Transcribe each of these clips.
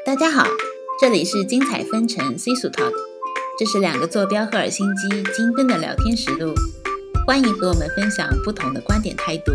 大家好，这里是精彩纷呈 Sisu Talk， 这是两个坐标赫尔辛基精分的聊天实录，欢迎和我们分享不同的观点态度。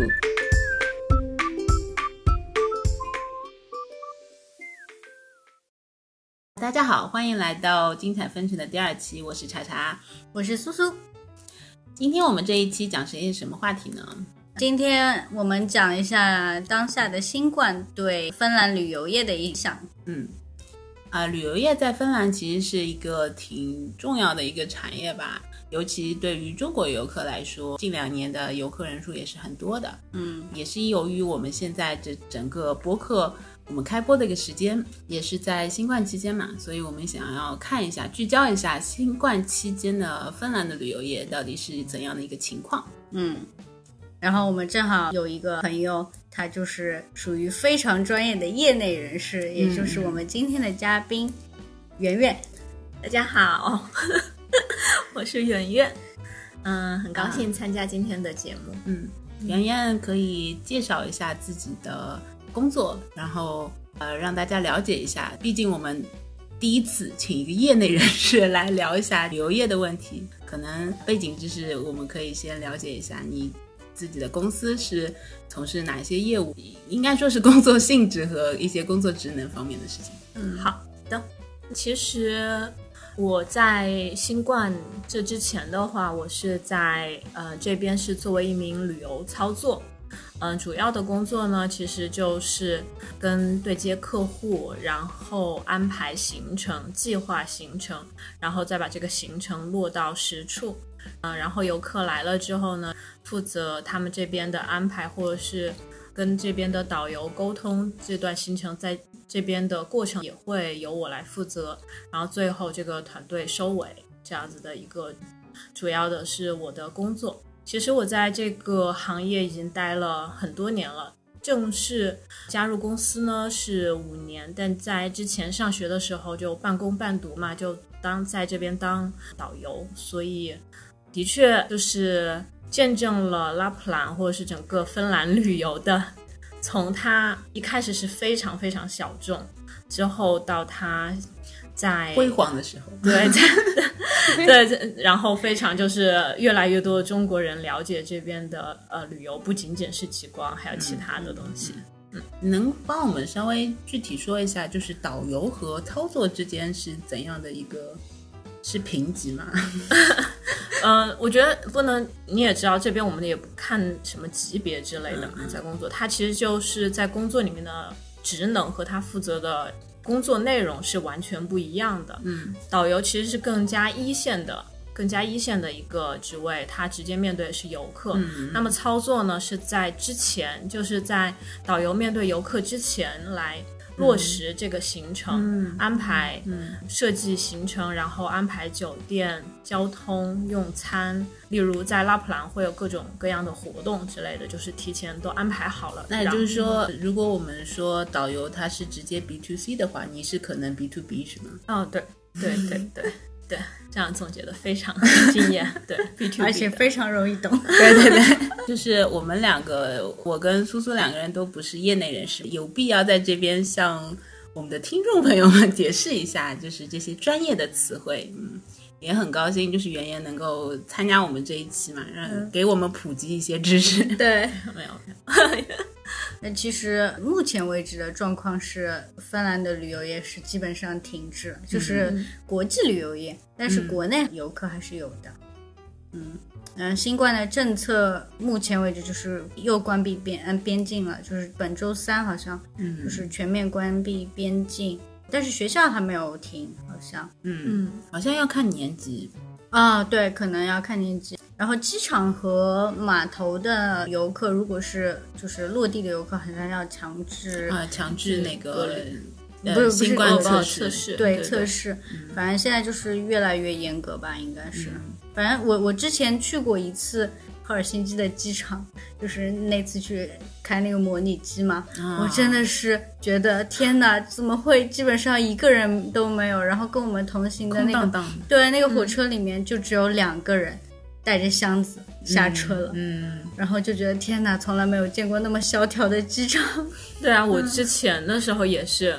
大家好，欢迎来到精彩纷呈的第2期，我是茶茶， 我是苏苏。 今天我们这一期讲些什么话题呢？ 今天我们讲一下当下的新冠对芬兰旅游业的影响。 旅游业在芬兰其实是一个挺重要的一个产业吧，尤其对于中国游客来说，近2年的游客人数也是很多的。也是由于我们现在这整个播客我们开播的一个时间也是在新冠期间嘛，所以我们想要看一下，聚焦一下新冠期间的芬兰的旅游业到底是怎样的一个情况。 然后我们正好有一个朋友，他就是属于非常专业的业内人士，也就是我们今天的嘉宾圆圆。 大家好我是圆圆，很高兴参加今天的节目。 圆圆可以介绍一下自己的工作，然后让大家了解一下，毕竟我们第一次请一个业内人士来聊一下旅游业的问题，可能背景知识我们可以先了解一下你自己的公司是从事哪些业务，应该说是工作性质和一些工作职能方面的事情。 好的。其实我在新冠这之前的话，我是在这边是作为一名旅游操作。主要的工作呢，其实就是跟对接客户，然后安排行程、计划行程，然后再把这个行程落到实处。然后游客来了之后呢，负责他们这边的安排，或者是跟这边的导游沟通这段行程在这边的过程也会由我来负责，然后最后这个团队收尾，这样子的一个主要的是我的工作。其实我在这个行业已经待了很多年了，正式加入公司呢是5年，但在之前上学的时候就半工半读嘛，就在这边当导游，所以的确就是见证了拉普兰或者是整个芬兰旅游的，从它一开始是非常非常小众，之后到它在辉煌的时候， 对对，然后非常就是越来越多的中国人了解这边的旅游，不仅仅是极光，还有其他的东西。 能帮我们稍微具体说一下，就是导游和操作之间是怎样的一个，是评级吗？ 我觉得不能，你也知道这边我们也不看什么级别之类的，在工作它其实就是在工作里面的职能和他负责的工作内容是完全不一样的。导游其实是更加一线的一个职位，他直接面对的是游客。那么操作呢，是在之前，就是在导游面对游客之前来落实这个行程，安排设计行程，然后安排酒店、交通、用餐，例如在拉普兰会有各种各样的活动之类的，就是提前都安排好了。 那也就是说，如果我们说导游他是直接 B2C 的话，你是可能 B2B 是吗？ 对，这样总结的非常惊艳。对 B2B， 而且非常容易懂。 对，就是我们两个，我跟苏苏2个人都不是业内人士，有必要在这边向我们的听众朋友们解释一下，就是这些专业的词汇。也很高兴就是圆圆能够参加我们这一期嘛，给我们普及一些知识。 对， 没有那其实目前为止的状况是，芬兰的旅游业是基本上停滞了，就是国际旅游业，但是国内游客还是有的。新冠的政策目前为止就是又关闭边境了，就是本周3好像就是全面关闭边境，但是学校还没有停，好像好像要看年级对，可能要看年级。然后机场和码头的游客，如果是就是落地的游客，好像要强制那个不是新冠测试， 对测试。反正现在就是越来越严格吧，应该是。反正我之前去过一次赫尔辛基的机场，就是那次去开那个模拟机嘛，我真的是觉得天哪，怎么会基本上一个人都没有，然后跟我们同行的那个空荡荡， 对，那个火车里面就只有2个人带着箱子下车了，然后就觉得天哪，从来没有见过那么萧条的机场。 对啊，我之前的时候也是，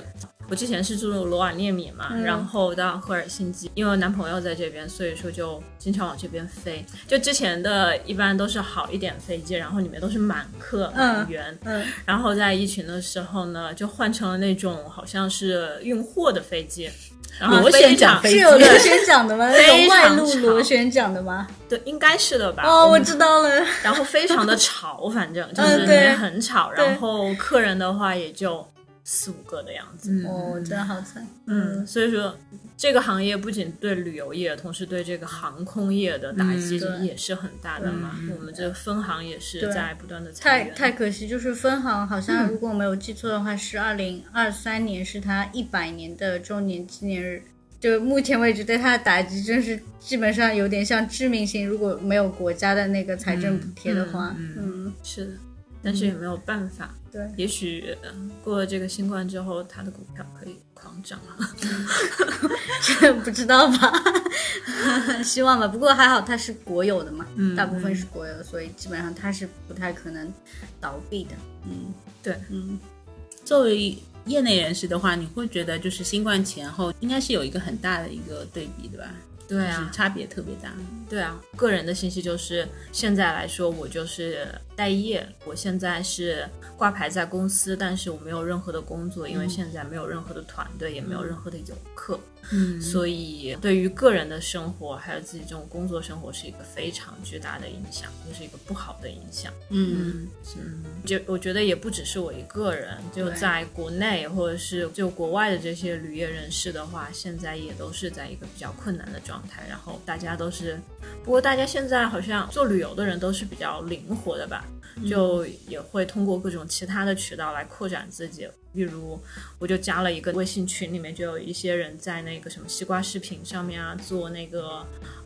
我之前是住罗瓦涅米嘛，然后到赫尔辛基，因为我男朋友在这边，所以说就经常往这边飞。就之前的一般都是好一点飞机，然后里面都是满客满员，然后在疫情的时候呢，就换成了那种好像是运货的飞机。然后螺旋桨飞机是有螺旋桨的吗？ 非常外露螺旋桨的吗？ 对，应该是的吧。 哦，我知道了。 然后非常的吵，反正就是里面很吵，然后客人的话也就4-5个的样子。 哦，真的好惨。 所以说这个行业不仅对旅游业，同时对这个航空业的打击也是很大的嘛。我们这个分行也是在不断的裁员。 太可惜，就是分行好像如果我没有记错的话，是2023年是他100年的周年纪念日。就目前为止对它的打击真是基本上有点像致命性，如果没有国家的那个财政补贴的话。 是的，但是也没有办法。 对， 也许过了这个新冠之后，它的股票可以狂涨了。 这不知道吧。希望吧。不过还好它是国有的嘛，大部分是国有的，所以基本上它是不太可能倒闭的。 对， 作为业内人士的话，你会觉得就是新冠前后应该是有一个很大的一个对比，对吧？ 对啊， 就是差别特别大。 对啊，个人的信息就是现在来说，我就是待业，我现在是挂牌在公司，但是我没有任何的工作，因为现在没有任何的团队，也没有任何的游客。所以对于个人的生活还有自己这种工作生活是一个非常巨大的影响，就是一个不好的影响。就我觉得也不只是我一个人，就在国内或者是就国外的这些旅业人士的话，现在也都是在一个比较困难的状态。然后大家都是，不过大家现在好像做旅游的人都是比较灵活的吧，就也会通过各种其他的渠道来扩展自己。比如我就加了一个微信群，里面就有一些人在那个什么西瓜视频上面啊做那个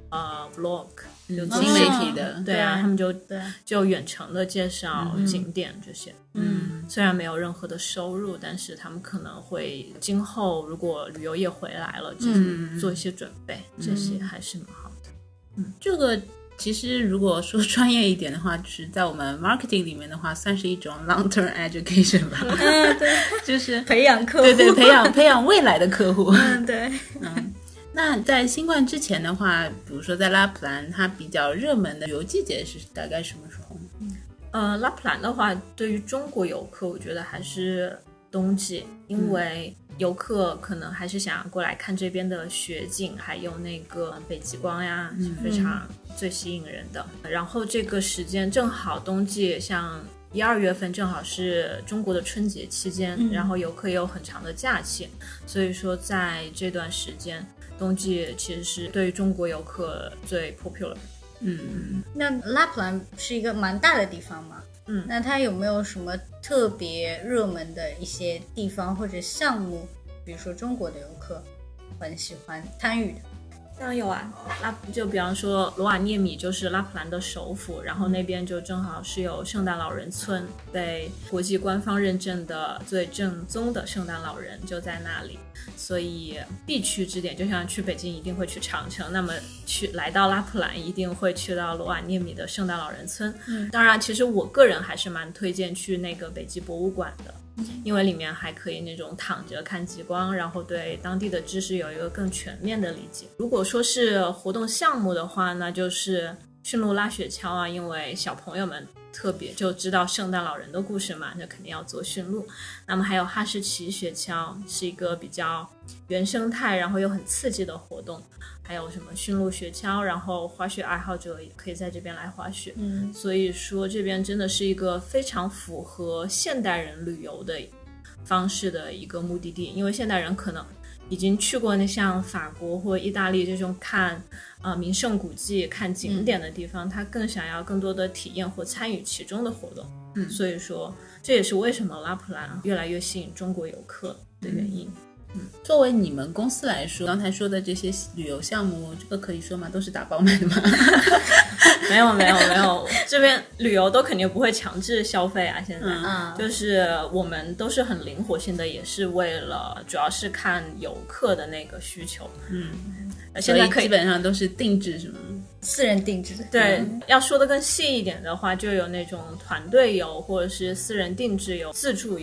vlog， 就新媒体的。 对啊，他们就远程的介绍景点这些。虽然没有任何的收入，但是他们可能会今后如果旅游业回来了，就是做一些准备，这些还是蛮好的。 这个其实如果说专业一点的话，就是在我们 marketing 里面的话，算是一种 long-term education 吧。 对， 就是培养客户。 对，培养未来的客户。 对。 那在新冠之前的话，比如说在拉普兰，它比较热门的旅游季节是大概什么时候呢？ 拉普兰的话，对于中国游客，我觉得还是冬季，因为游客可能还是想过来看这边的雪景，还有那个北极光呀，是非常最吸引人的。然后这个时间正好冬季，像1-2月份正好是中国的春节期间，然后游客也有很长的假期，所以说在这段时间，冬季其实是对于中国游客最 popular。 那拉普兰是一个蛮大的地方嘛，那它有没有什么特别热门的一些地方或者项目，比如说中国的游客很喜欢参与的？ 当然有啊，就比方说罗瓦涅米就是拉普兰的首府，然后那边就正好是有圣诞老人村，被国际官方认证的最正宗的圣诞老人就在那里，所以必去之点就像去北京一定会去长城，那么来到拉普兰一定会去到罗瓦涅米的圣诞老人村。当然其实我个人还是蛮推荐去那个北极博物馆的，因为里面还可以那种躺着看极光，然后对当地的知识有一个更全面的理解。如果说是活动项目的话，那就是驯鹿拉雪橇啊，因为小朋友们特别就知道圣诞老人的故事嘛，那肯定要做驯鹿。那么还有哈士奇雪橇，是一个比较原生态然后又很刺激的活动。还有什么驯鹿雪橇，然后滑雪爱好者也可以在这边来滑雪。所以说这边真的是一个非常符合现代人旅游的方式的一个目的地，因为现代人可能已经去过那像法国或意大利这种看名胜古迹看景点的地方，他更想要更多的体验或参与其中的活动。所以说这也是为什么拉普兰越来越吸引中国游客的原因。 作为你们公司来说，刚才说的这些旅游项目，这个可以说吗？都是打包买的吗？ 没有，这边旅游都肯定不会强制消费啊。现在就是我们都是很灵活性的，也是为了主要是看游客的那个需求。现在基本上都是定制是吗？ 私人定制。 对，要说的更细一点的话，就有那种团队游或者是私人定制游、自助游。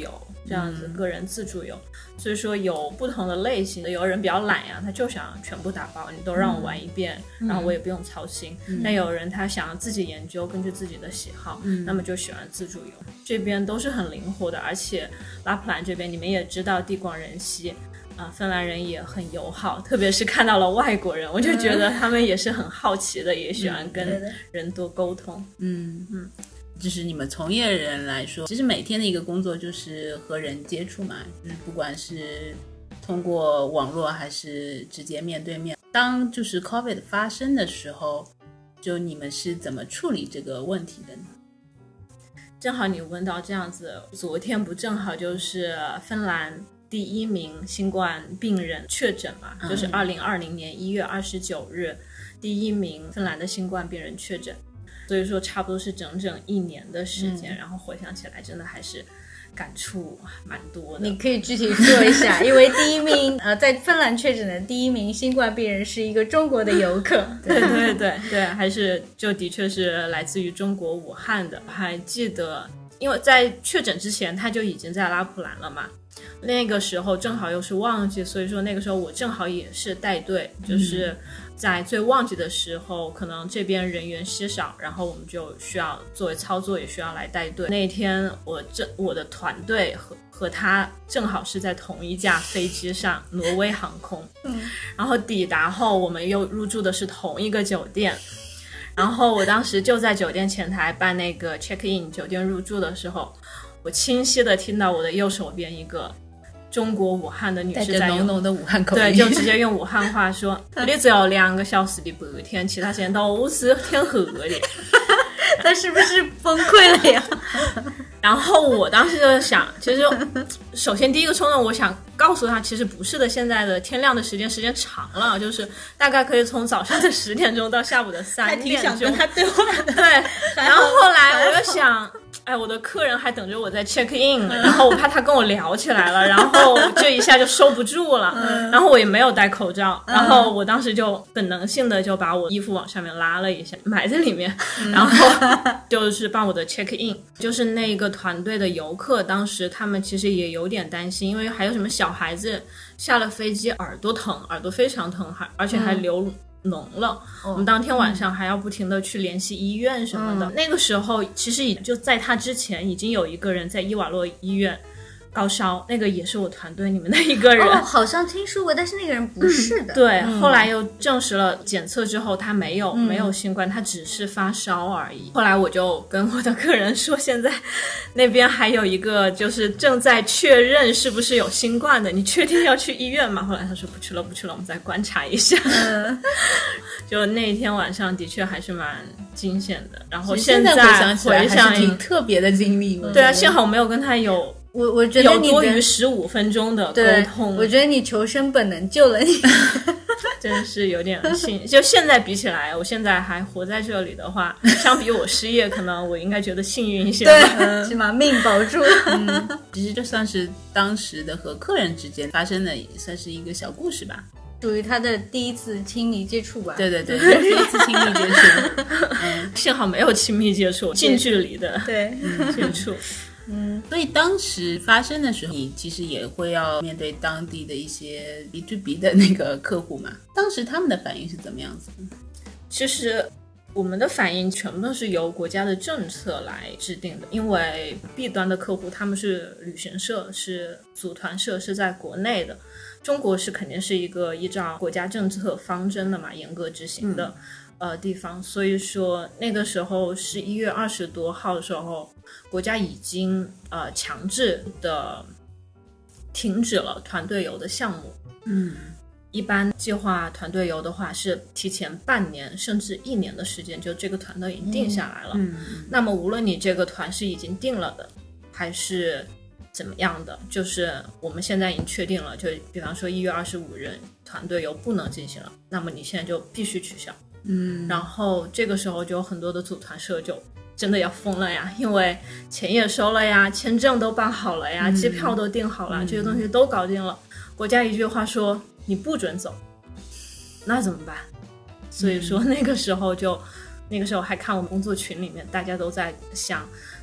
这样子个人自助游。所以说有不同的类型的，有人比较懒呀，他就想全部打包，你都让我玩一遍，然后我也不用操心。但有人他想要自己研究，根据自己的喜好，那么就喜欢自助游。这边都是很灵活的，而且拉普兰这边你们也知道地广人稀。芬兰人也很友好，特别是看到了外国人，我就觉得他们也是很好奇的，也喜欢跟人多沟通。 就是你们从业人来说，其实每天的一个工作就是和人接触嘛，就是不管是通过网络还是直接面对面。当就是 COVID 发生的时候，就你们是怎么处理这个问题的呢？ 正好你问到这样子，昨天不正好就是芬兰第1名新冠病人确诊嘛，就是2020年1月29日第1名芬兰的新冠病人确诊，所以说差不多是整整1年的时间，然后回想起来真的还是感触蛮多的。 你可以具体说一下，因为第1名在芬兰确诊的第1名新冠病人是一个中国的游客。 对，还是就的确是来自于中国武汉的。还记得因为在确诊之前他就已经在拉普兰了嘛，那个时候正好又是旺季，所以说那个时候我正好也是带队，就是在最旺季的时候可能这边人员稀少，然后我们就需要作为操作也需要来带队。那天我的团队和他正好是在同一架飞机上，挪威航空，然后抵达后我们又入住的是同一个酒店，然后我当时就在酒店前台办那个 check in 酒店入住的时候，我清晰的听到我的右手边一个中国武汉的女士在带着浓浓的武汉口音， 对，就直接用武汉话说你只有2个小时的白天，其他时间都是天黑的。 他是不是崩溃了呀？ 然后我当时就想，其实首先第一个冲动我想告诉他其实不是的，现在的天亮的时间长了，就是大概可以从早上的10点钟到下午的3点钟，还挺想跟他对话的。 对，然后后来我就想我的客人还等着我在 check in， 然后我怕他跟我聊起来了，然后这一下就收不住了，然后我也没有戴口罩，然后我当时就本能性的就把我衣服往上面拉了一下，埋在里面，然后就是帮我的 check in， 就是那个团队的游客，当时他们其实也有点担心，因为还有什么小孩子下了飞机耳朵疼，耳朵非常疼，而且还流脓了，我们当天晚上还要不停的去联系医院什么的。那个时候其实就在他之前已经有一个人在伊瓦洛医院高烧，那个也是我团队里面的一个人。 好像听说过，但是那个人不是的。 对，后来又证实了检测之后他没有新冠，他只是发烧而已。后来我就跟我的客人说，现在那边还有一个就是正在确认是不是有新冠的，你确定要去医院吗？后来他说不去了，我们再观察一下。就那天晚上的确还是蛮惊险的，然后现在回想挺特别的经历。 对啊，幸好我没有跟他有我觉得你有多于15分钟的沟通。 我觉得你求生本能救了你。 真是有点幸，就现在比起来，我现在还活在这里的话，相比我失业，可能我应该觉得幸运一些吧。 对，起码命保住了。 其实这算是当时的和客人之间发生的，也算是一个小故事吧， 属于他的第一次亲密接触吧。 对，第一次亲密接触。 幸好没有亲密接触，近距离的接触。 所以当时发生的时候，你其实也会要面对当地的一些 B to B 的那个客户嘛？当时他们的反应是怎么样子的？ 其实我们的反应全部都是由国家的政策来制定的，因为 B 端的客户他们是旅行社，是组团社，是在国内的。中国是肯定是一个依照国家政策方针的嘛，严格执行的地方，所以说那个时候11月20多号的时候，国家已经强制的停止了团队游的项目。一般计划团队游的话是提前半年甚至1年的时间，就这个团都已经定下来了。那么无论你这个团是已经定了的还是怎么样的，就是我们现在已经确定了，就比方说1月25日团队游不能进行了，那么你现在就必须取消。然后这个时候就有很多的组团社就真的要疯了呀，因为钱也收了呀，签证都办好了呀，机票都订好了，这些东西都搞定了，国家一句话说你不准走，那怎么办？所以说那个时候还看我们工作群里面大家都在想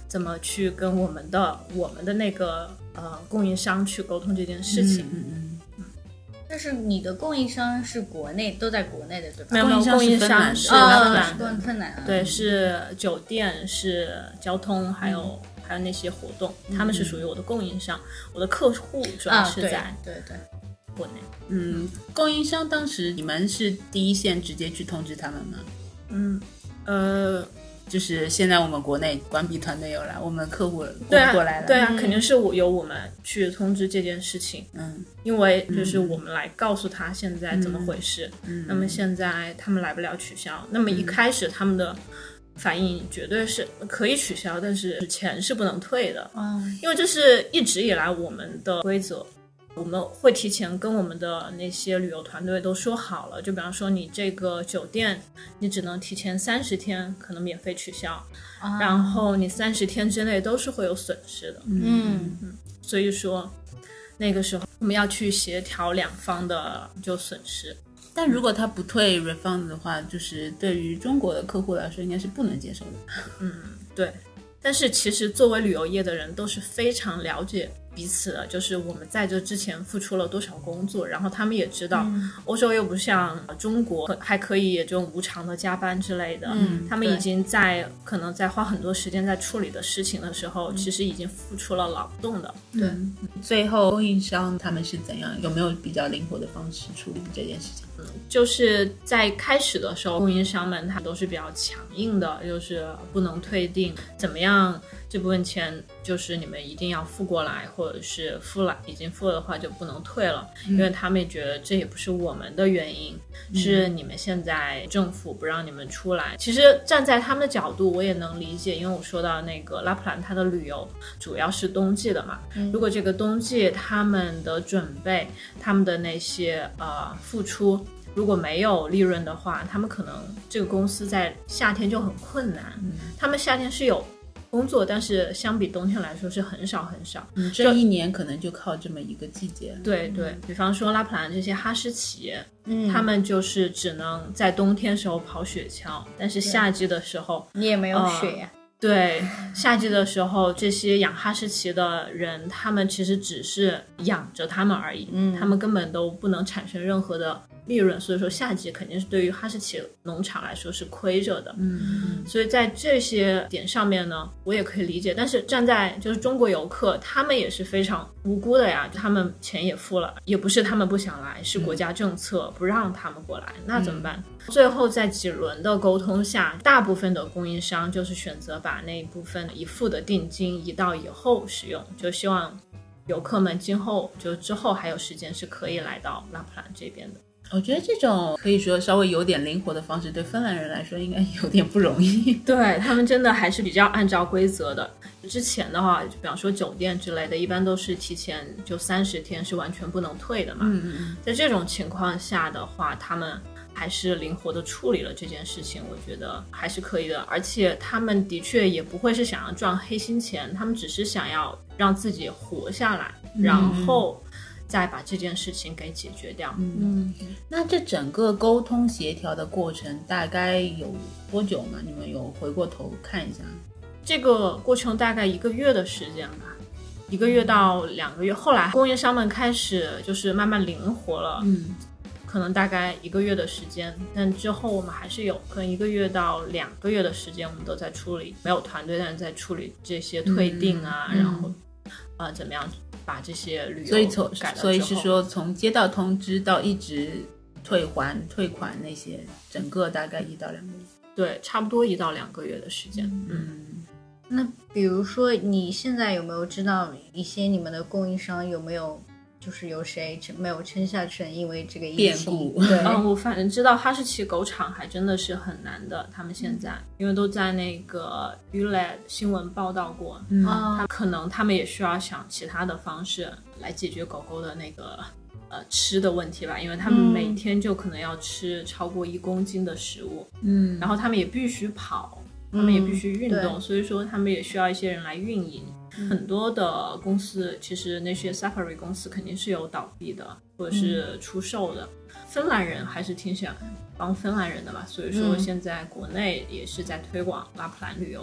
怎么去跟我们的那个供应商去沟通这件事情。 但是你的供应商是都在国内的对吧？ 没有，供应商是芬兰， 对，是酒店，是交通，还有那些活动，他们是属于我的供应商。我的客户主要是在对国内。 供应商当时你们是第一线直接去通知他们吗？就是现在我们国内关闭团队有了，我们客户过来了。 对啊，肯定是由我们去通知这件事情。因为就是我们来告诉他现在怎么回事。那么现在他们来不了取消，那么一开始他们的反应绝对是可以取消，但是钱是不能退的。因为这是一直以来我们的规则。我们会提前跟我们的那些旅游团队都说好了，就比方说你这个酒店你只能提前30天可能免费取消，然后你30天之内都是会有损失的。所以说那个时候我们要去协调两方的就损失。 但如果他不退 refund 的话，就是对于中国的客户来说应该是不能接受的。 对。但是其实作为旅游业的人都是非常了解彼此的，就是我们在这之前付出了多少工作，然后他们也知道欧洲又不像中国还可以这种无偿的加班之类的。他们已经可能在花很多时间在处理的事情的时候，其实已经付出了劳动的。 对，最后供应商他们是怎样，有没有比较灵活的方式处理这件事情？ 就是在开始的时候，供应商们他都是比较强硬的，就是不能退订，怎么样这部分钱就是你们一定要付过来，或者是已经付了的话就不能退了。因为他们也觉得这也不是我们的原因，是你们现在政府不让你们出来。其实站在他们的角度我也能理解，因为我说到那个拉普兰它的旅游主要是冬季的嘛。如果这个冬季他们的准备，他们的那些付出如果没有利润的话，他们可能这个公司在夏天就很困难。他们夏天是有工作，但是相比冬天来说是很少很少。 这一年可能就靠这么一个季节。 对，比方说拉普兰这些哈士奇，他们就是只能在冬天时候跑雪橇，但是夏季的时候你也没有雪呀。 对，夏季的时候这些养哈士奇的人，他们其实只是养着他们而已，他们根本都不能产生任何的利润，所以说夏季肯定是对于哈士奇农场来说是亏着的。所以在这些点上面呢，我也可以理解。但是站在就是中国游客，他们也是非常无辜的呀，他们钱也付了，也不是他们不想来，是国家政策不让他们过来，那怎么办？最后在几轮的沟通下，大部分的供应商就是选择把那一部分已付的定金移到以后使用，就希望游客们之后还有时间是可以来到拉普兰这边的。 我觉得这种可以说稍微有点灵活的方式，对芬兰人来说应该有点不容易。 对，他们真的还是比较按照规则的。之前的话，就比方说酒店之类的，一般都是提前就30天是完全不能退的嘛。在这种情况下的话，他们还是灵活的处理了这件事情，我觉得还是可以的。而且他们的确也不会是想要赚黑心钱，他们只是想要让自己活下来，然后再把这件事情给解决掉。 那这整个沟通协调的过程大概有多久吗？你们有回过头看一下？ 这个过程大概1个月的时间吧，1个月到2个月。后来供应商们开始就是慢慢灵活了，可能大概1个月的时间，但之后我们还是有可能1个月到2个月的时间，我们都在处理，没有团队，但是在处理这些退订啊，然后怎么样把这些旅游改了之后， 所以是说从接到通知到一直退款那些，整个大概1到2个月。 对，差不多1到2个月的时间。 那比如说你现在有没有知道一些你们的供应商有没有就是有谁没有撑下去，因为这个疫情变故？ 对， 我反正知道哈士奇狗场还真的是很难的，他们现在因为都在那个 Yle 新闻报道过，他们也需要想其他的方式来解决狗狗的那个吃的问题吧，因为他们每天就可能要吃超过1公斤的食物，然后他们也必须跑，他们也必须运动，所以说他们也需要一些人来运营。很多的公司其实那些 Safari 公司肯定是有倒闭的或者是出售的，芬兰人还是挺想帮芬兰人的吧，所以说现在国内也是在推广拉普兰旅游。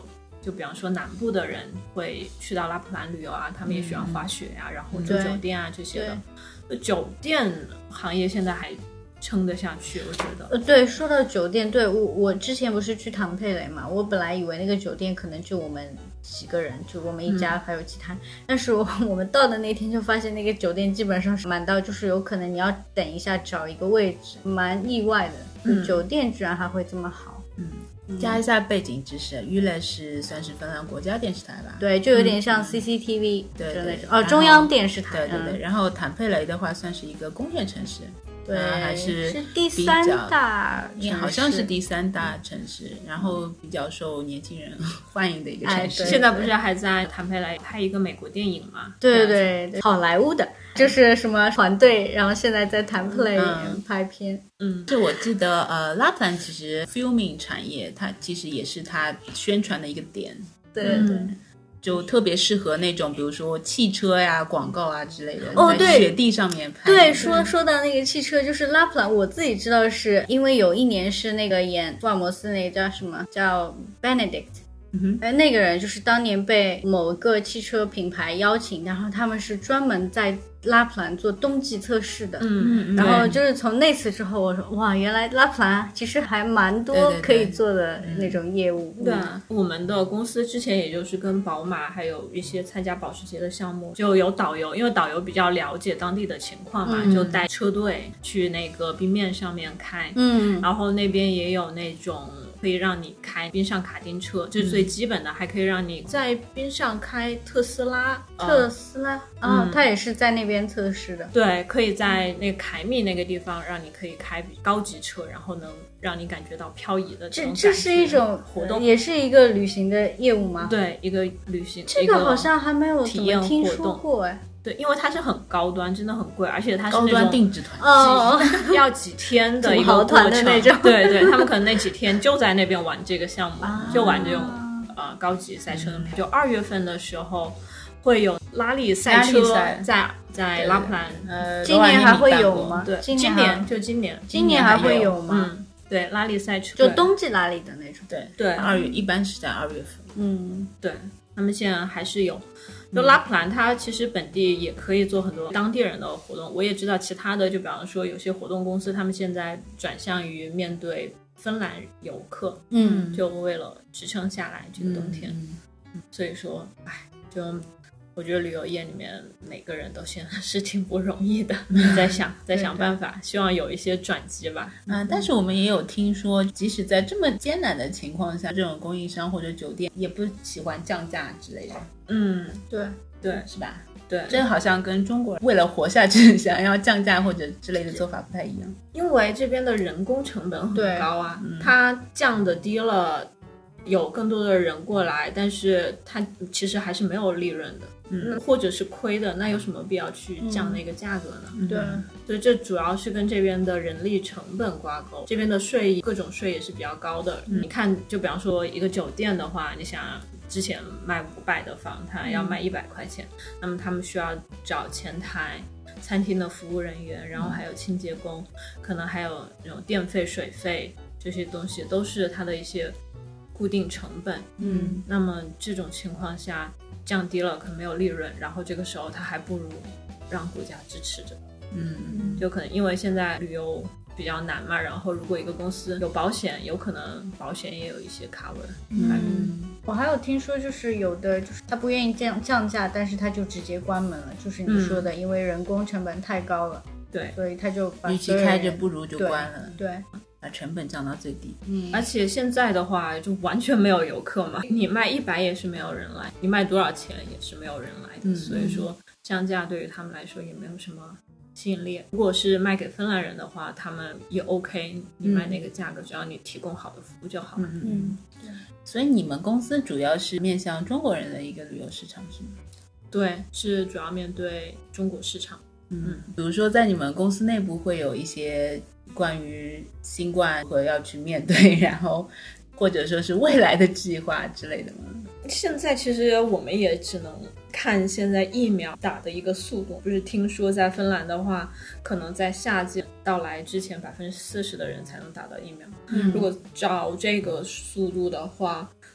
就比方说南部的人会去到拉普兰旅游啊，他们也喜欢滑雪啊，然后住酒店啊这些的。酒店行业现在还撑得下去，我觉得。 对，说到酒店，对我之前不是去唐佩雷嘛，我本来以为那个酒店可能就我们几个人，就我们一家还有其他，但是我们到的那天就发现那个酒店基本上是满到，就是有可能你要等一下找一个位置，蛮意外的。酒店居然还会这么好。 加一下背景知识，Yle是算是芬兰国家电视台吧？ 对，就有点像 CCTV 对那种中央电视台。 对。然后坦佩雷的话算是一个工业城市， 对， 还是第三大城市， 好像是第三大城市，然后比较受年轻人欢迎的一个城市。 现在不是还在坦佩雷拍一个美国电影吗？ 对，好莱坞的，就是什么团队，然后现在在坦佩雷拍片。 就我记得拉普兰其实 filming 产业，它其实也是它宣传的一个点。 对。 就特别适合那种比如说汽车呀、广告啊之类的， 在雪地上面拍。 对，说到那个汽车，就是拉普兰，我自己知道是因为有一年是那个演福尔摩斯那个叫什么，叫 Benedict。那个人就是当年被某个汽车品牌邀请，然后他们是专门在拉普兰做冬季测试的。然后就是从那次之后，我说哇，原来拉普兰其实还蛮多可以做的那种业务。 对，我们的公司之前也就是跟宝马还有一些参加保时捷的项目，就有导游，因为导游比较了解当地的情况嘛，就带车队去那个冰面上面开。然后那边也有那种可以让你开冰上卡丁车，这是最基本的，还可以让你在冰上开特斯拉。 他也是在那边测试的。 对，可以在那个凯米那个地方让你可以开高级车，然后能让你感觉到漂移的这种感觉。 这是一种活动，也是一个旅行的业务吗？ 对，一个旅行， 这个好像还没有怎么听说过哎。 对，因为它是很高端，真的很贵，而且它是高端定制团， 要几天的一个过程的那种。 对，他们可能那几天就在那边玩这个项目，就玩这种高级赛车的。就2月份的时候会有拉力赛车在拉普兰。 今年还会有吗？ 对，今年还会有吗？ 对，拉力赛车就冬季拉力的那种。 对 ，2月一般是在2月份。 对，他们现在还是有。就拉普兰它其实本地也可以做很多当地人的活动，我也知道其他的，就比方说有些活动公司他们现在转向于面对芬兰游客，就为了支撑下来这个冬天。所以说就我觉得旅游业里面每个人都现在是挺不容易的，在想办法，希望有一些转机吧。 但是我们也有听说，即使在这么艰难的情况下，这种供应商或者酒店也不喜欢降价之类的。 对， 是吧？ 对， 这好像跟中国人为了活下去想要降价或者之类的做法不太一样。 因为这边的人工成本很高啊，它降的低了，有更多的人过来，但是它其实还是没有利润的。或者是亏的，那有什么必要去降那个价格呢？ 对， 所以这主要是跟这边的人力成本挂钩，这边的税各种税也是比较高的。你看，就比方说一个酒店的话，你想之前卖500的房，它要卖100块钱，那么他们需要找前台、餐厅的服务人员，然后还有清洁工，可能还有那种电费、水费，这些东西都是它的一些固定成本。那么这种情况下降低了，可能没有利润，然后这个时候它还不如让国家支持着。就可能因为现在旅游比较难嘛，然后如果一个公司有保险，有可能保险也有一些 cover。 我还有听说，就是有的就是他不愿意降价，但是他就直接关门了，就是你说的，因为人工成本太高了。 对， 所以他就把与其开着不如就关了。 对， 把成本降到最低。 而且现在的话就完全没有游客嘛，你卖100也是没有人来，你卖多少钱也是没有人来的。所以说降价对于他们来说也没有什么吸引力。如果是卖给芬兰人的话，他们也 OK， 你卖那个价格，只要你提供好的服务就好了。 所以你们公司主要是面向中国人的一个旅游市场是吗？ 对，是主要面对中国市场。 比如说在你们公司内部会有一些关于新冠和要去面对，然后或者说是未来的计划之类的吗？ 现在其实我们也只能看现在疫苗打的一个速度，不是听说在芬兰的话，可能在夏季到来之前40%的人才能打到疫苗。如果照这个速度的话，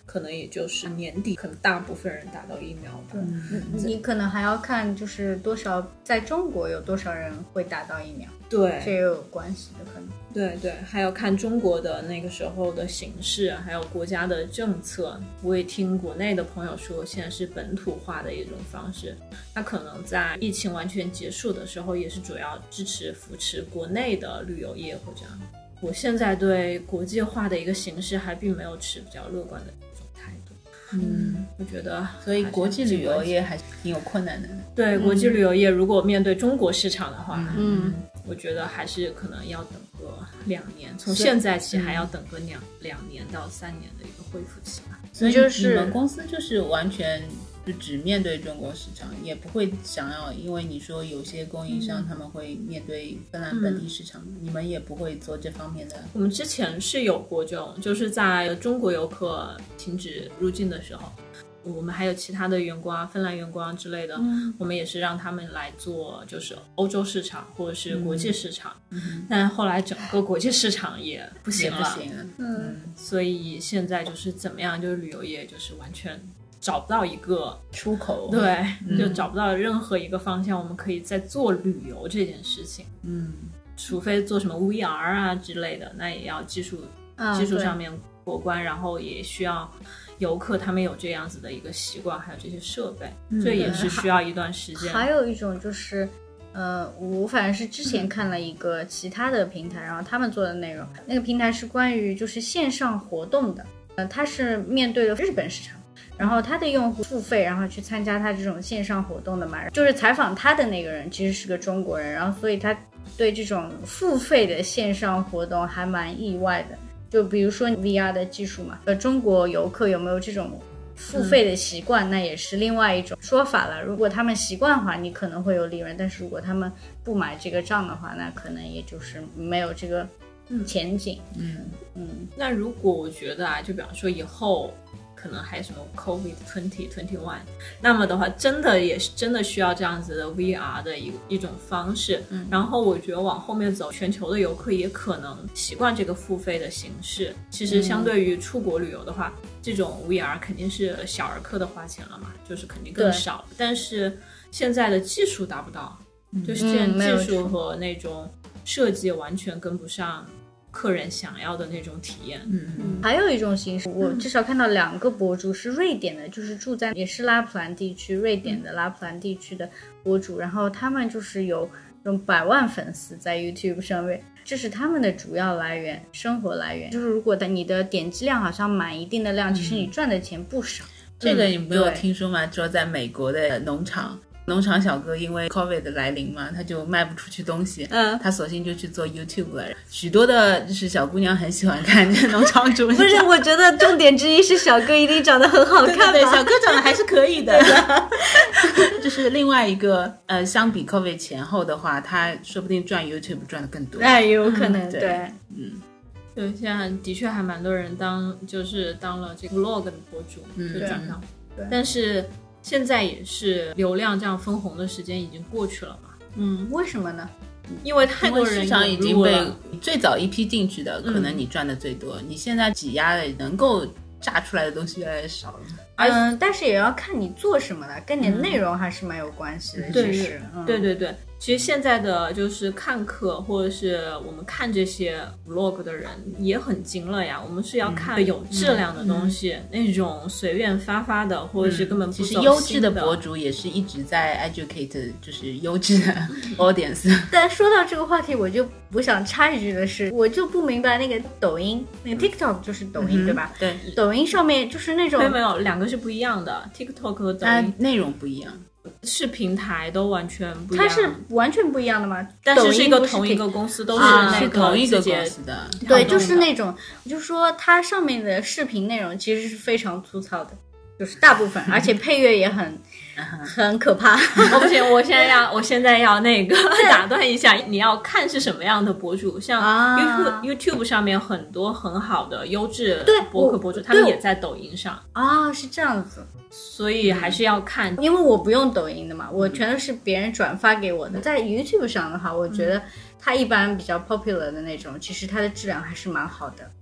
可能也就是年底，可能大部分人打到疫苗吧。 你可能还要看就是多少在中国有多少人会打到疫苗， 对， 这也有关系的可能。 对，还要看中国的那个时候的形势，还有国家的政策。我也听国内的朋友说，现在是本土化的一种方式，它可能在疫情完全结束的时候，也是主要支持扶持国内的旅游业或者。我现在对国际化的一个形势还并没有持比较乐观的一种态度。我觉得， 所以国际旅游业还是挺有困难的。 对，国际旅游业如果面对中国市场的话，我觉得还是可能要等个2年，从现在起还要等个2年到3年的一个恢复期吧。 所以你们公司就是完全就只面对中国市场，也不会想要，因为你说有些供应商他们会面对芬兰本地市场，你们也不会做这方面的。 我们之前是有过这种，就是在中国游客停止入境的时候，我们还有其他的员工啊，芬兰员工啊之类的，我们也是让他们来做就是欧洲市场或者是国际市场，但后来整个国际市场也不行了，所以现在就是怎么样，就是旅游业就是完全找不到一个出口， 对，就找不到任何一个方向我们可以再做旅游这件事情。除非做什么 VR 啊之类的，那也要技术上面过关，然后也需要游客他们有这样子的一个习惯，还有这些设备，这也是需要一段时间。 还有一种就是我反正是之前看了一个其他的平台，然后他们做的内容，那个平台是关于就是线上活动的，它是面对的日本市场，然后他的用户付费，然后去参加他这种线上活动的嘛，就是采访他的那个人其实是个中国人，然后所以他对这种付费的线上活动还蛮意外的。就比如说 VR 的技术嘛，中国游客有没有这种付费的习惯，那也是另外一种说法了。如果他们习惯的话，你可能会有利润，但是如果他们不买这个账的话，那可能也就是没有这个前景。 那如果我觉得啊，就比方说以后可能还有什么 COVID 2021，那么的话真的也是真的需要这样子的 VR 的一种方式，然后我觉得往后面走，全球的游客也可能习惯这个付费的形式。其实相对于出国旅游的话，这种 VR 肯定是小儿科的花钱了嘛，就是肯定更少，但是现在的技术达不到，就是现在技术和那种设计完全跟不上客人想要的那种体验。 还有一种形式，我至少看到2个博主是瑞典的，就是住在也是拉普兰地区，瑞典的拉普兰地区的博主，然后他们就是有这种100万粉丝在 YouTube 上面，这是他们的主要来源，生活来源。就是如果你的点击量好像满一定的量，其实你赚的钱不少。 这个你没有听说吗？说在美国的农场小哥因为 COVID 的来临嘛，他就卖不出去东西，他索性就去做 YouTube 了。许多的就是小姑娘很喜欢看这农场主。 不是，我觉得重点之一是小哥一定长得很好看吧？ 对，小哥长得还是可以的。就是另外一个相比 COVID 前后的话，他说不定赚 YouTube 赚的更多。 有可能，对。 对，现在的确还蛮多人当了这个 vlog 的博主，就转到，但是现在也是流量这样分红的时间已经过去了嘛。 为什么呢？ 因为太多人市场已经被最早一批进去的，可能你赚的最多，你现在挤压的能够炸出来的东西越来越少了。 但是也要看你做什么的，跟你的内容还是蛮有关系的。其实， 对，其实现在的就是看客或者是我们看这些 vlog 的人也很精了呀。我们是要看有质量的东西，那种随便发的或者是根本不走心的。 其实优质的博主也是一直在 educate 就是优质的 audience。 但说到这个话题，我想插一句的是，我就不明白那个抖音，那个 TikTok 就是抖音，对吧？ 对， 抖音上面就是那种没有2个是不一样的 ，TikTok 和抖音内容不一样。 是平台都完全不一样， 它是完全不一样的吗？ 但是是一个同一个公司，都是那个同一个公司的。 对，就是那种，就是说它上面的视频内容其实是非常粗糙的，就是大部分，而且配乐也很可怕。 不行，我现在要那个打断一下，你要看是什么样的博主，像 YouTube 上面很多很好的优质博客博主，他们也在抖音上。 是这样子。 所以还是要看， 因为我不用抖音的嘛，我全都是别人转发给我的。在 YouTube 上的话，我觉得它一般比较 popular 的那种，其实它的质量还是蛮好的。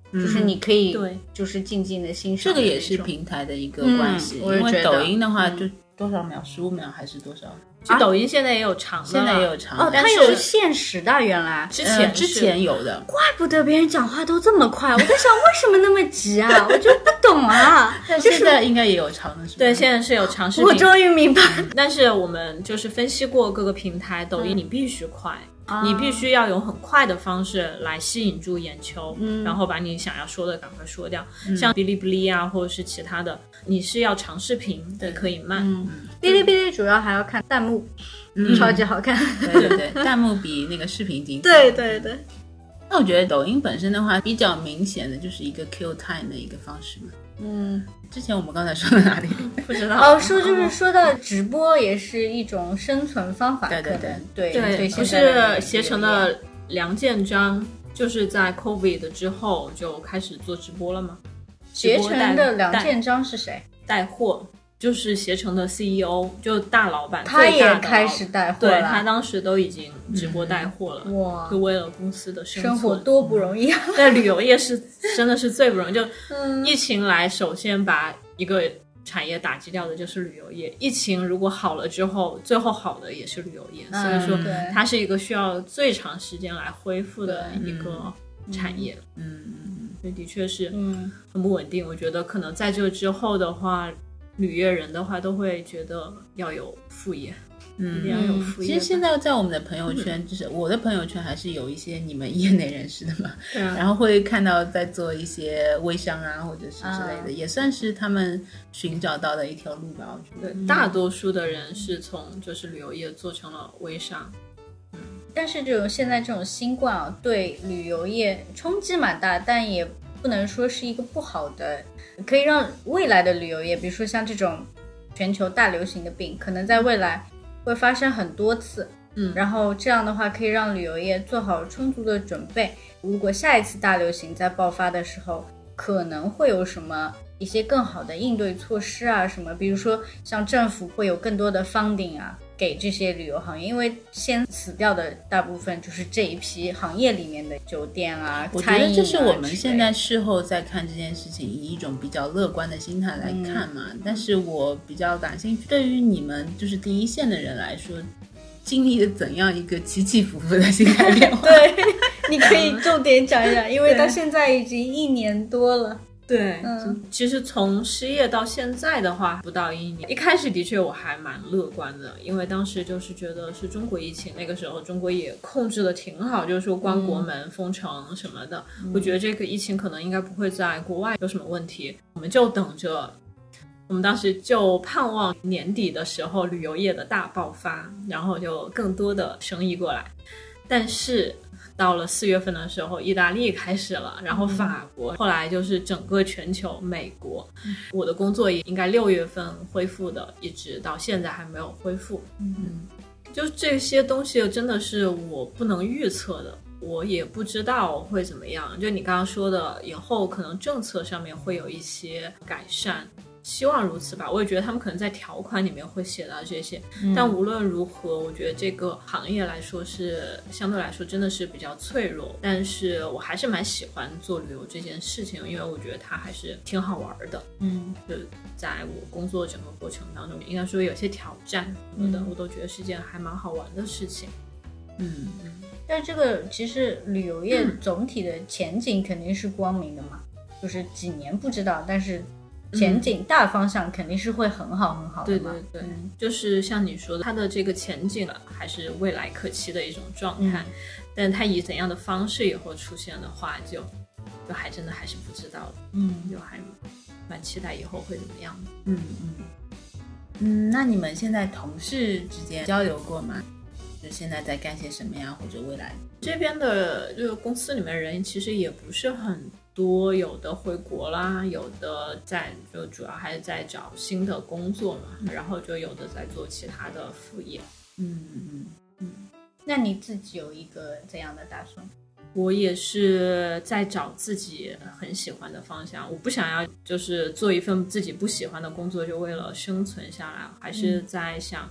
就是你可以对就是静静的欣赏这个也是平台的一个关系，因为抖音的话就多少秒，15秒还是多少？ 其实抖音现在也有长的， 现在也有长的， 它有限时的，原来之前有的， 怪不得别人讲话都这么快，我在想为什么那么急啊？我就不懂啊。 但现在应该也有长的，是吧？ 对，现在是有长视频， 我终于明白。 但是我们就是分析过各个平台，抖音你必须快。你必须要有很快的方式来吸引住眼球，然后把你想要说的赶快说掉。像哔哩哔哩啊，或者是其他的，你是要长视频，你可以慢。 哔哩哔哩主要还要看弹幕，超级好看。 对对对，弹幕比那个视频精彩。 对对对。 那我觉得抖音本身的话，比较明显的就是一个 Q time 的一个方式嘛。之前我们刚才说到哪里？ 不知道。 说到直播也是一种生存方法。对， 不是携程的梁建章就是在 COVID 之后就开始做直播了吗？ 携程的梁建章是谁？ 带货。就是携程的 CEO， 就大老板， 他也开始带货了。 对，他当时都已经直播带货了，哇！就为了公司的生活多不容易啊！ 但旅游业是真的是最不容易，就疫情来，首先把一个产业打击掉的就是旅游业。疫情如果好了之后，最后好的也是旅游业，所以说它是一个需要最长时间来恢复的一个产业。所以的确是很不稳定。我觉得可能在这之后的话，旅业人的话都会觉得要有副业，一定要有副业。 其实现在在我们的朋友圈，就是我的朋友圈还是有一些你们业内人士的嘛，然后会看到在做一些微商啊，或者是之类的，也算是他们寻找到的一条路吧。我觉得大多数的人是从就是旅游业做成了微商。 但是这种现在这种新冠啊，对旅游业冲击蛮大，但也不能说是一个不好的，可以让未来的旅游业，比如说像这种全球大流行的病，可能在未来会发生很多次，然后这样的话可以让旅游业做好充足的准备，如果下一次大流行在爆发的时候，可能会有什么一些更好的应对措施啊什么，比如说像政府会有更多的 funding 啊给这些旅游行业，因为先死掉的大部分就是这一批行业里面的酒店啊、餐饮啊。 我觉得这是我们现在事后再看这件事情，以一种比较乐观的心态来看嘛。但是我比较感兴趣，对于你们就是第一线的人来说，经历了怎样一个起起伏伏的心态变化？ 对，你可以重点讲一讲，因为到现在已经1年多了。 对，其实从失业到现在的话不到1年，一开始的确我还蛮乐观的，因为当时就是觉得是中国疫情，那个时候中国也控制的挺好，就是说关国门、封城什么的，我觉得这个疫情可能应该不会在国外有什么问题，我们就等着，我们当时就盼望年底的时候旅游业的大爆发，然后就更多的生意过来，但是到了4月份的时候，意大利开始了，然后法国，后来就是整个全球，美国。我的工作也应该6月份恢复的，一直到现在还没有恢复。就这些东西真的是我不能预测的，我也不知道会怎么样。就你刚刚说的，以后可能政策上面会有一些改善。希望如此吧，我也觉得他们可能在条款里面会写到这些，但无论如何，我觉得这个行业来说是相对来说真的是比较脆弱，但是我还是蛮喜欢做旅游这件事情，因为我觉得它还是挺好玩的。就在我工作整个过程当中，应该说有些挑战什么的，我都觉得是件还蛮好玩的事情。 但这个其实旅游业总体的前景肯定是光明的嘛，就是几年不知道，但是前景大方向肯定是会很好很好的嘛。 对，就是像你说的，它的这个前景还是未来可期的一种状态，但它以怎样的方式以后出现的话，就还真的还是不知道的。就还蛮期待以后会怎么样的。 那你们现在同事之间交流过吗？就现在在干些什么呀，或者未来这边的这个公司里面人其实也不是很多，有的回国啦，有的就主要还是在找新的工作嘛，然后就有的在做其他的副业。 那你自己有一个怎样的打算？ 我也是在找自己很喜欢的方向，我不想要就是做一份自己不喜欢的工作就为了生存下来，还是在想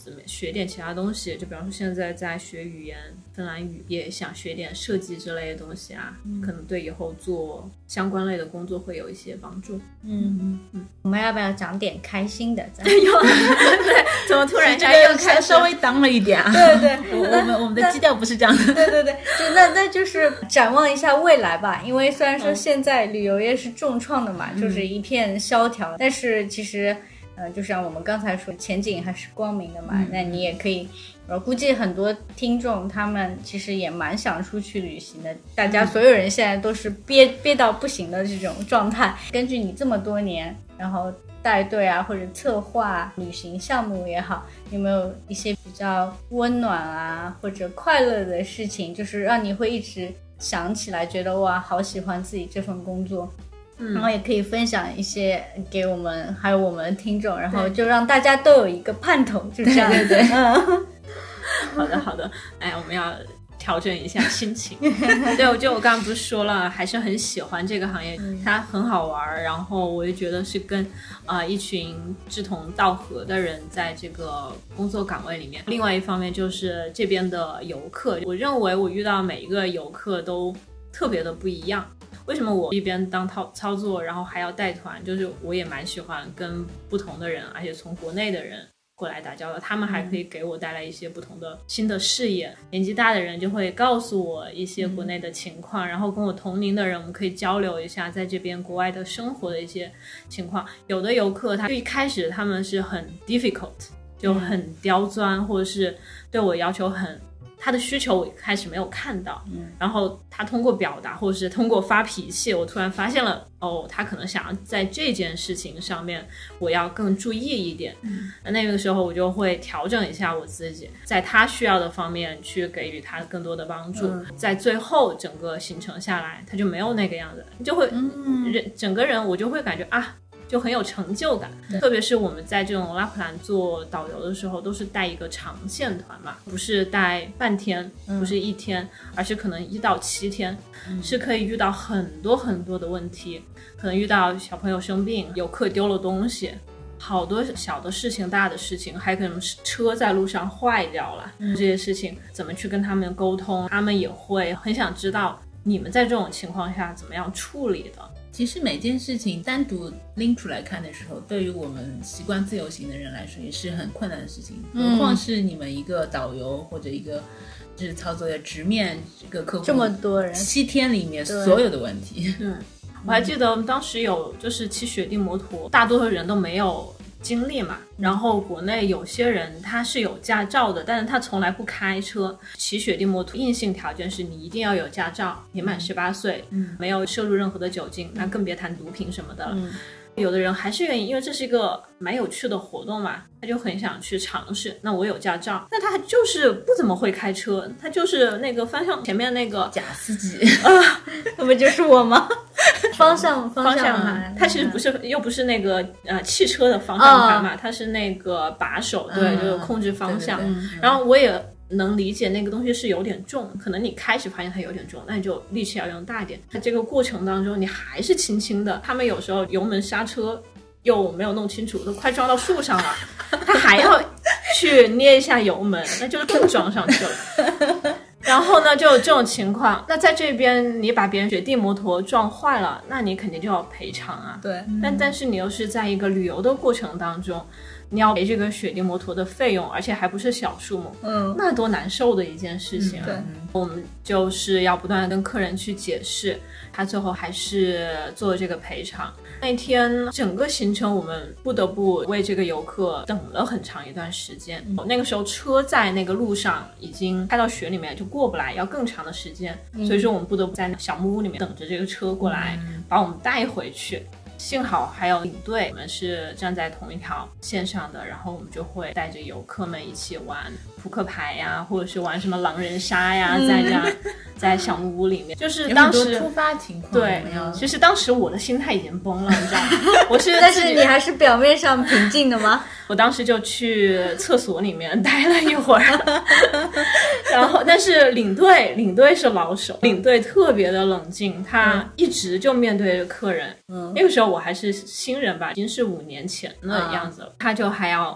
子学点其他东西，就比方说现在在学语言，芬兰语，也想学点设计之类的东西啊，可能对以后做相关类的工作会有一些帮助。 我们要不要讲点开心的？ 对，怎么突然间又开始稍微当了一点啊？ 对， 我们的基调不是这样的。 对，就那就是展望一下未来吧。因为虽然说现在旅游业是重创的嘛，就是一片萧条，但是其实就像我们刚才说，前景还是光明的嘛。那你也可以，估计很多听众他们其实也蛮想出去旅行的。大家所有人现在都是憋到不行的这种状态。根据你这么多年，然后带队啊，或者策划旅行项目也好，有没有一些比较温暖啊或者快乐的事情，就是让你会一直想起来，觉得哇，好喜欢自己这份工作。然后也可以分享一些给我们还有我们的听众，然后就让大家都有一个盼头，就这样。 对好的，我们要调整一下心情。对，我刚刚不是说了，还是很喜欢这个行业，它很好玩，然后我也觉得是跟一群志同道合的人在这个工作岗位里面。另外一方面就是这边的游客，我认为我遇到每一个游客都特别的不一样。为什么我一边当操作，然后还要带团，就是我也蛮喜欢跟不同的人，而且从国内的人过来打交道，他们还可以给我带来一些不同的新的视野。年纪大的人就会告诉我一些国内的情况，然后跟我同龄的人我们可以交流一下在这边国外的生活的一些情况。有的游客他就一开始他们是很 difficult， 就很刁钻，或者是对我要求他的需求我一开始没有看到，然后他通过表达或者是通过发脾气，我突然发现了，他可能想要在这件事情上面我要更注意一点。那个时候我就会调整一下我自己，在他需要的方面去给予他更多的帮助。在最后整个行程下来，他就没有那个样子，就会整个人我就会感觉就很有成就感。特别是我们在这种拉普兰做导游的时候，都是带一个长线团嘛，不是带半天，不是一天，而是可能1到7天，是可以遇到很多很多的问题，可能遇到小朋友生病，游客丢了东西，好多小的事情大的事情，还可能是车在路上坏掉了，这些事情怎么去跟他们沟通，他们也会很想知道你们在这种情况下怎么样处理的。 其实每件事情单独拎出来看的时候，对于我们习惯自由行的人来说也是很困难的事情，何况是你们一个导游或者一个就是操作的直面这个客户这么多人 7天里面所有的问题。 我还记得我们当时有就是骑雪地摩托，大多数人都没有经历嘛，然后国内有些人他是有驾照的，但是他从来不开车。骑雪地摩托硬性条件是你一定要有驾照，年满18岁，没有摄入任何的酒精，那更别谈毒品什么的了。有的人还是愿意，因为这是一个蛮有趣的活动嘛，他就很想去尝试。那我有驾照，那他就是不怎么会开车，他就是那个方向前面那个假司机那不就是我吗？方向盘， 它其实不是，又不是那个汽车的方向盘嘛，它是那个把手，对，就是控制方向。然后我也能理解那个东西是有点重，可能你开始发现它有点重，那你就力气要用大一点。它这个过程当中你还是轻轻的，他们有时候油门刹车又没有弄清楚，都快撞到树上了，他还要去捏一下油门，那就更撞上去了。然后呢，就有这种情况，那在这边你把别人雪地摩托撞坏了，那你肯定就要赔偿啊。 对， 但是你又是在一个旅游的过程当中，你要赔这个雪地摩托的费用，而且还不是小数目，那多难受的一件事情啊。 对， 我们就是要不断的跟客人去解释，他最后还是做了这个赔偿。那天整个行程我们不得不为这个游客等了很长一段时间，那个时候车在那个路上已经开到雪里面就过不来，要更长的时间，所以说我们不得不在小木屋里面等着这个车过来把我们带回去。幸好还有领队，我们是站在同一条线上的，然后我们就会带着游客们一起玩扑克牌呀，或者是玩什么狼人杀呀，在这样在小木屋里面，就是当时有很多突发情况。 对，其实当时我的心态已经崩了，你知道吗？我是但是你还是表面上平静的吗？ 我当时就去厕所里面待了一会儿，然后但是领队是老手，领队特别的冷静，他一直就面对着客人。那个时候我还是新人吧，已经是5年前的样子了，他就还要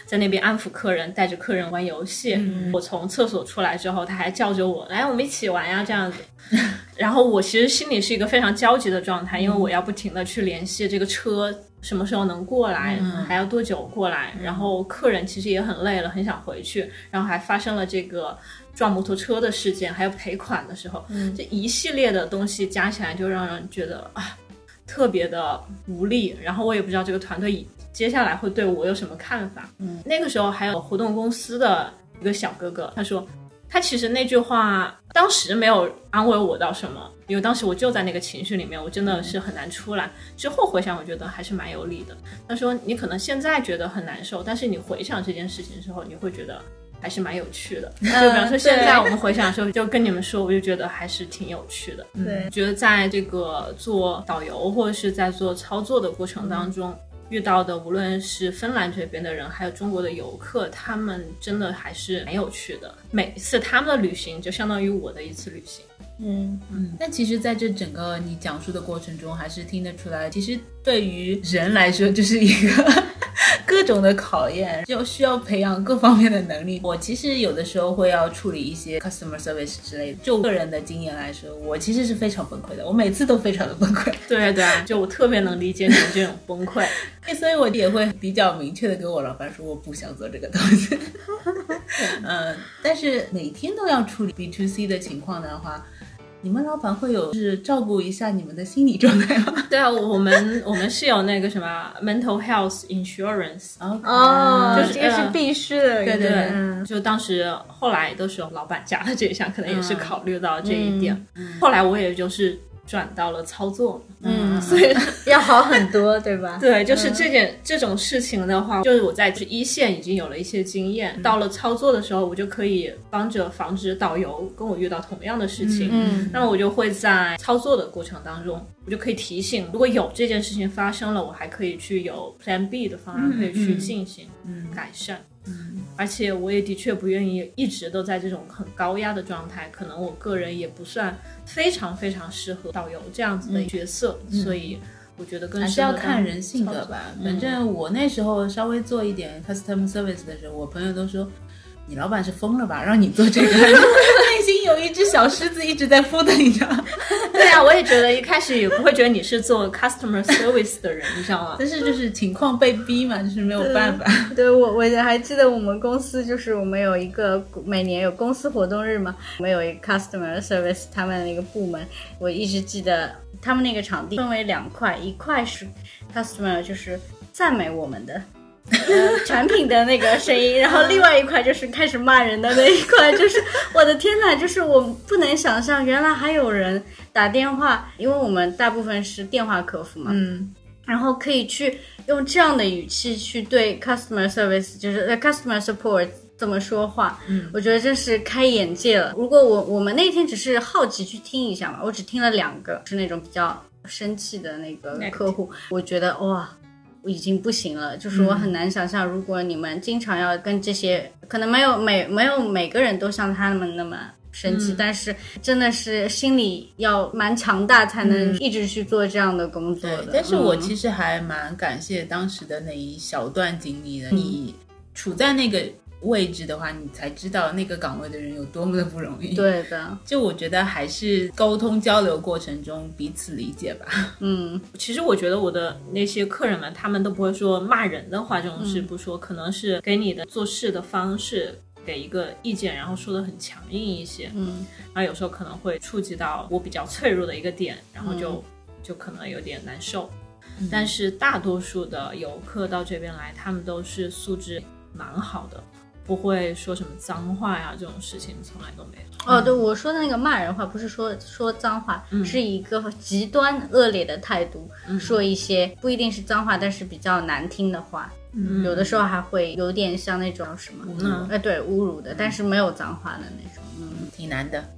在那边安抚客人，带着客人玩游戏。我从厕所出来之后，他还叫着我，来我们一起玩呀这样子。然后我其实心里是一个非常焦急的状态，因为我要不停的去联系这个车什么时候能过来，还要多久过来，然后客人其实也很累了，很想回去，然后还发生了这个撞摩托车的事件，还有赔款的时候，这一系列的东西加起来就让人觉得特别的无力。然后我也不知道这个团队接下来会对我有什么看法。那个时候还有活动公司的一个小哥哥，他说他其实那句话当时没有安慰我到什么，因为当时我就在那个情绪里面，我真的是很难出来。之后回想我觉得还是蛮有理的。他说你可能现在觉得很难受，但是你回想这件事情的时候，你会觉得还是蛮有趣的。就比方说现在我们回想的时候，就跟你们说，我就觉得还是挺有趣的。 对， 觉得在这个做导游或者是在做操作的过程当中，遇到的无论是芬兰这边的人还有中国的游客，他们真的还是蛮有趣的。每一次他们的旅行就相当于我的一次旅行。 但其实在这整个你讲述的过程中，还是听得出来，其实对于人来说就是一个各种的考验，就需要培养各方面的能力。我其实有的时候会要处理一些 customer service 之类的，就个人的经验来说，我其实是非常崩溃的，我每次都非常的崩溃。 对对，就我特别能理解你们这种崩溃。 所以我也会比较明确的跟我老板说，我不想做这个东西。但是每天都要处理 B2C 的情况的话，你们老板会有是照顾一下你们的心理状态吗？ 对啊，我们是有那个什么 mental health insurance。 就是这个是必须的。 对对对，就当时后来的时候，老板加了这一项，可能也是考虑到这一点。后来我也就是转到了操作。 所以要好很多，对吧？ 对，就是这种事情的话，就是我在一线已经有了一些经验，到了操作的时候，我就可以帮着防止导游跟我遇到同样的事情。那么我就会在操作的过程当中，我就可以提醒，如果有这件事情发生了，我还可以去有 Plan B 的方案可以去进行改善。而且我也的确不愿意一直都在这种很高压的状态，可能我个人也不算非常非常适合导游这样子的角色，所以我觉得更还是要看人性格吧。反正我那时候稍微做一点 custom service 的时候，我朋友都说你老板是疯了吧，让你做这个。内心有一只小狮子一直在扑腾，你知道吗？ 对啊，我也觉得一开始也不会觉得你是做 customer service 的人，你知道吗？ 但是就是情况被逼嘛，就是没有办法。 对，我还记得我们公司就是我们有一个每年有公司活动日嘛，我们有一个 customer service 他们那个部门，我一直记得他们那个场地分为2块，一块是 customer 就是赞美我们的产品的那个声音，然后另外一块就是开始骂人的那一块，就是我的天哪，就是我不能想象原来还有人打电话，因为我们大部分是电话客服嘛，然后可以去用这样的语气去对 customer service 就是 customer support 这么说话，我觉得真是开眼界了。如果我们那天只是好奇去听一下嘛，我只听了2个是那种比较生气的那个客户，我觉得哇我已经不行了，就是我很难想象，如果你们经常要跟这些，可能没有每个人都像他们那么生气，但是真的是心里要蛮强大才能一直去做这样的工作的。 但是我其实还蛮感谢当时的那一小段经历的，你处在那个位置的话，你才知道那个岗位的人有多么的不容易。 对的， 就我觉得还是沟通交流过程中彼此理解吧。 其实我觉得我的那些客人们，他们都不会说骂人的话，这种事不说，可能是给你的做事的方式给一个意见，然后说的很强硬一些。然后有时候可能会触及到我比较脆弱的一个点，然后就可能有点难受。但是大多数的游客到这边来，他们都是素质蛮好的，不会说什么脏话呀，这种事情从来都没有。 对，我说的那个骂人话不是说脏话，是一个极端恶劣的态度，说一些不一定是脏话，但是比较难听的话，有的时候还会有点像那种什么对，侮辱的，但是没有脏话的那种。 挺难的。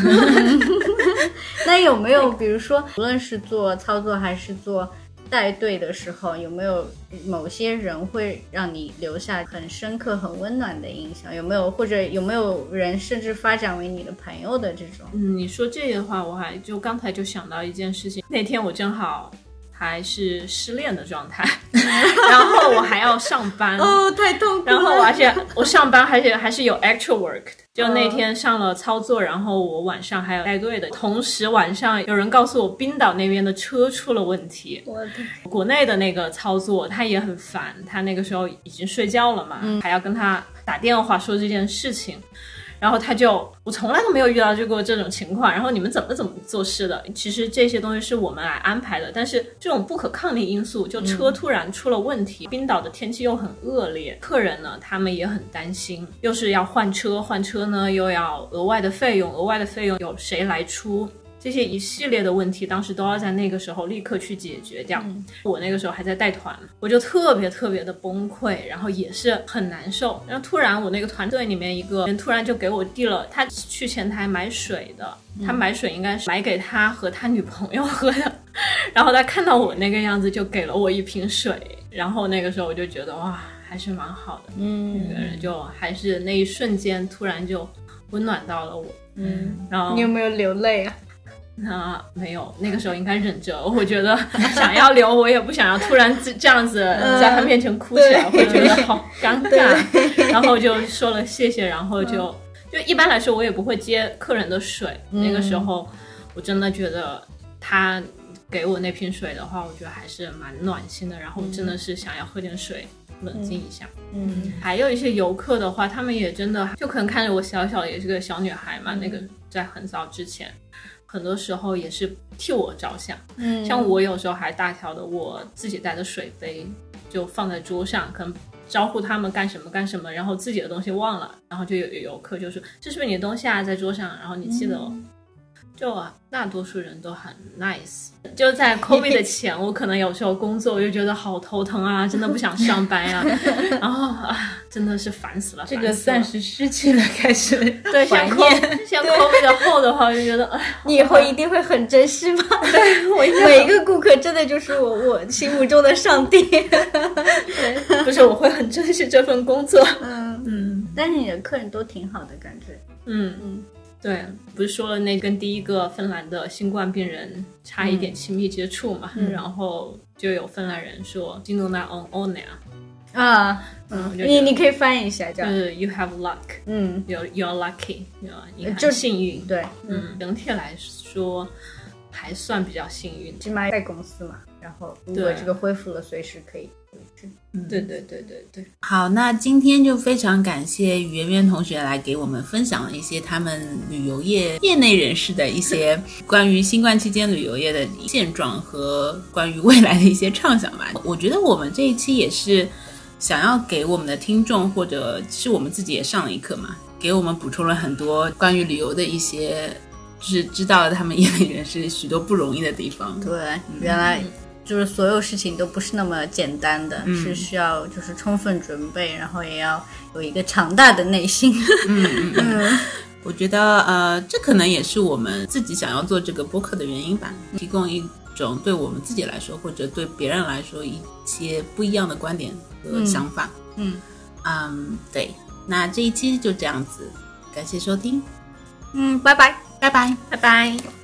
那有没有比如说无论是做操作还是做带队的时候，有没有某些人会让你留下很深刻很温暖的印象？有没有，或者有没有人甚至发展为你的朋友的这种？ 你说这个的话，我还就刚才就想到一件事情。那天我正好还是失恋的状态，然后我还要上班哦，太痛苦了。 然后而且我上班还是有 actual work 的，就那天上了操作，然后我晚上还有带队的，同时晚上有人告诉我冰岛那边的车出了问题。 我的国内的那个操作他也很烦，他那个时候已经睡觉了嘛，还要跟他打电话说这件事情。然后我从来都没有遇到过这种情况，然后你们怎么做事的？其实这些东西是我们来安排的，但是这种不可抗力因素，就车突然出了问题，冰岛的天气又很恶劣，客人呢他们也很担心，又是要换车呢又要额外的费用有谁来出？这些一系列的问题当时都要在那个时候立刻去解决掉。我那个时候还在带团，我就特别的崩溃，然后也是很难受。然后突然我那个团队里面一个人突然就给我递了，他去前台买水的，他买水应该是买给他和他女朋友喝的，然后他看到我那个样子就给了我一瓶水，然后那个时候我就觉得哇还是蛮好的，那个人就还是那一瞬间突然就温暖到了我。然后你有没有流泪啊？ 那没有，那个时候应该忍着，我觉得想要流我也不想要突然这样子在他面前哭起来，会觉得好尴尬，然后就说了谢谢，然后就一般来说我也不会接客人的水，那个时候我真的觉得他给我那瓶水的话，我觉得还是蛮暖心的，然后真的是想要喝点水冷静一下。还有一些游客的话，他们也真的就可能看着我小小的也是个小女孩嘛，那个在很早之前很多时候也是替我着想，像我有时候还大条的我自己带的水杯就放在桌上，可能招呼他们干什么，然后自己的东西忘了，然后就有游客就说这是不是你的东西啊，在桌上，然后你记得就大多数人都很 nice。 就在 COVID 的前我可能有时候工作我就觉得好头疼啊，真的不想上班啊然后真的是烦死了。 这个算是失去了开始对，像 COVID 的后的话我就觉得你以后一定会很珍惜吗？ 对，我每一个顾客真的就是我心目中的上帝对， 不是，我会很珍惜这份工作。 但是你的客人都挺好的感觉。 对，不是说了那跟第一个芬兰的新冠病人差一点亲密接触嘛，然后就有芬兰人说 "Sinuna on onnea" 啊，你可以翻译一下， 就是 "You have luck"， you're lucky， 你很幸运。对，整体来说还算比较幸运， 起码在公司嘛，然后如果这个恢复了，随时可以回去。 对。 好，那今天就非常感谢于圆圆同学来给我们分享了一些他们旅游业内人士的一些关于新冠期间旅游业的现状和关于未来的一些畅想吧。我觉得我们这一期也是想要给我们的听众，或者是我们自己也上了一课嘛，给我们补充了很多关于旅游的一些，就是知道了他们业内人士许多不容易的地方。 对，原来就是所有事情都不是那么简单的，是需要就是充分准备，然后也要有一个强大的内心。 我觉得这可能也是我们自己想要做这个播客的原因吧，提供一种对我们自己来说或者对别人来说一些不一样的观点和想法。对，那这一期就这样子，感谢收听。 拜拜。 拜拜。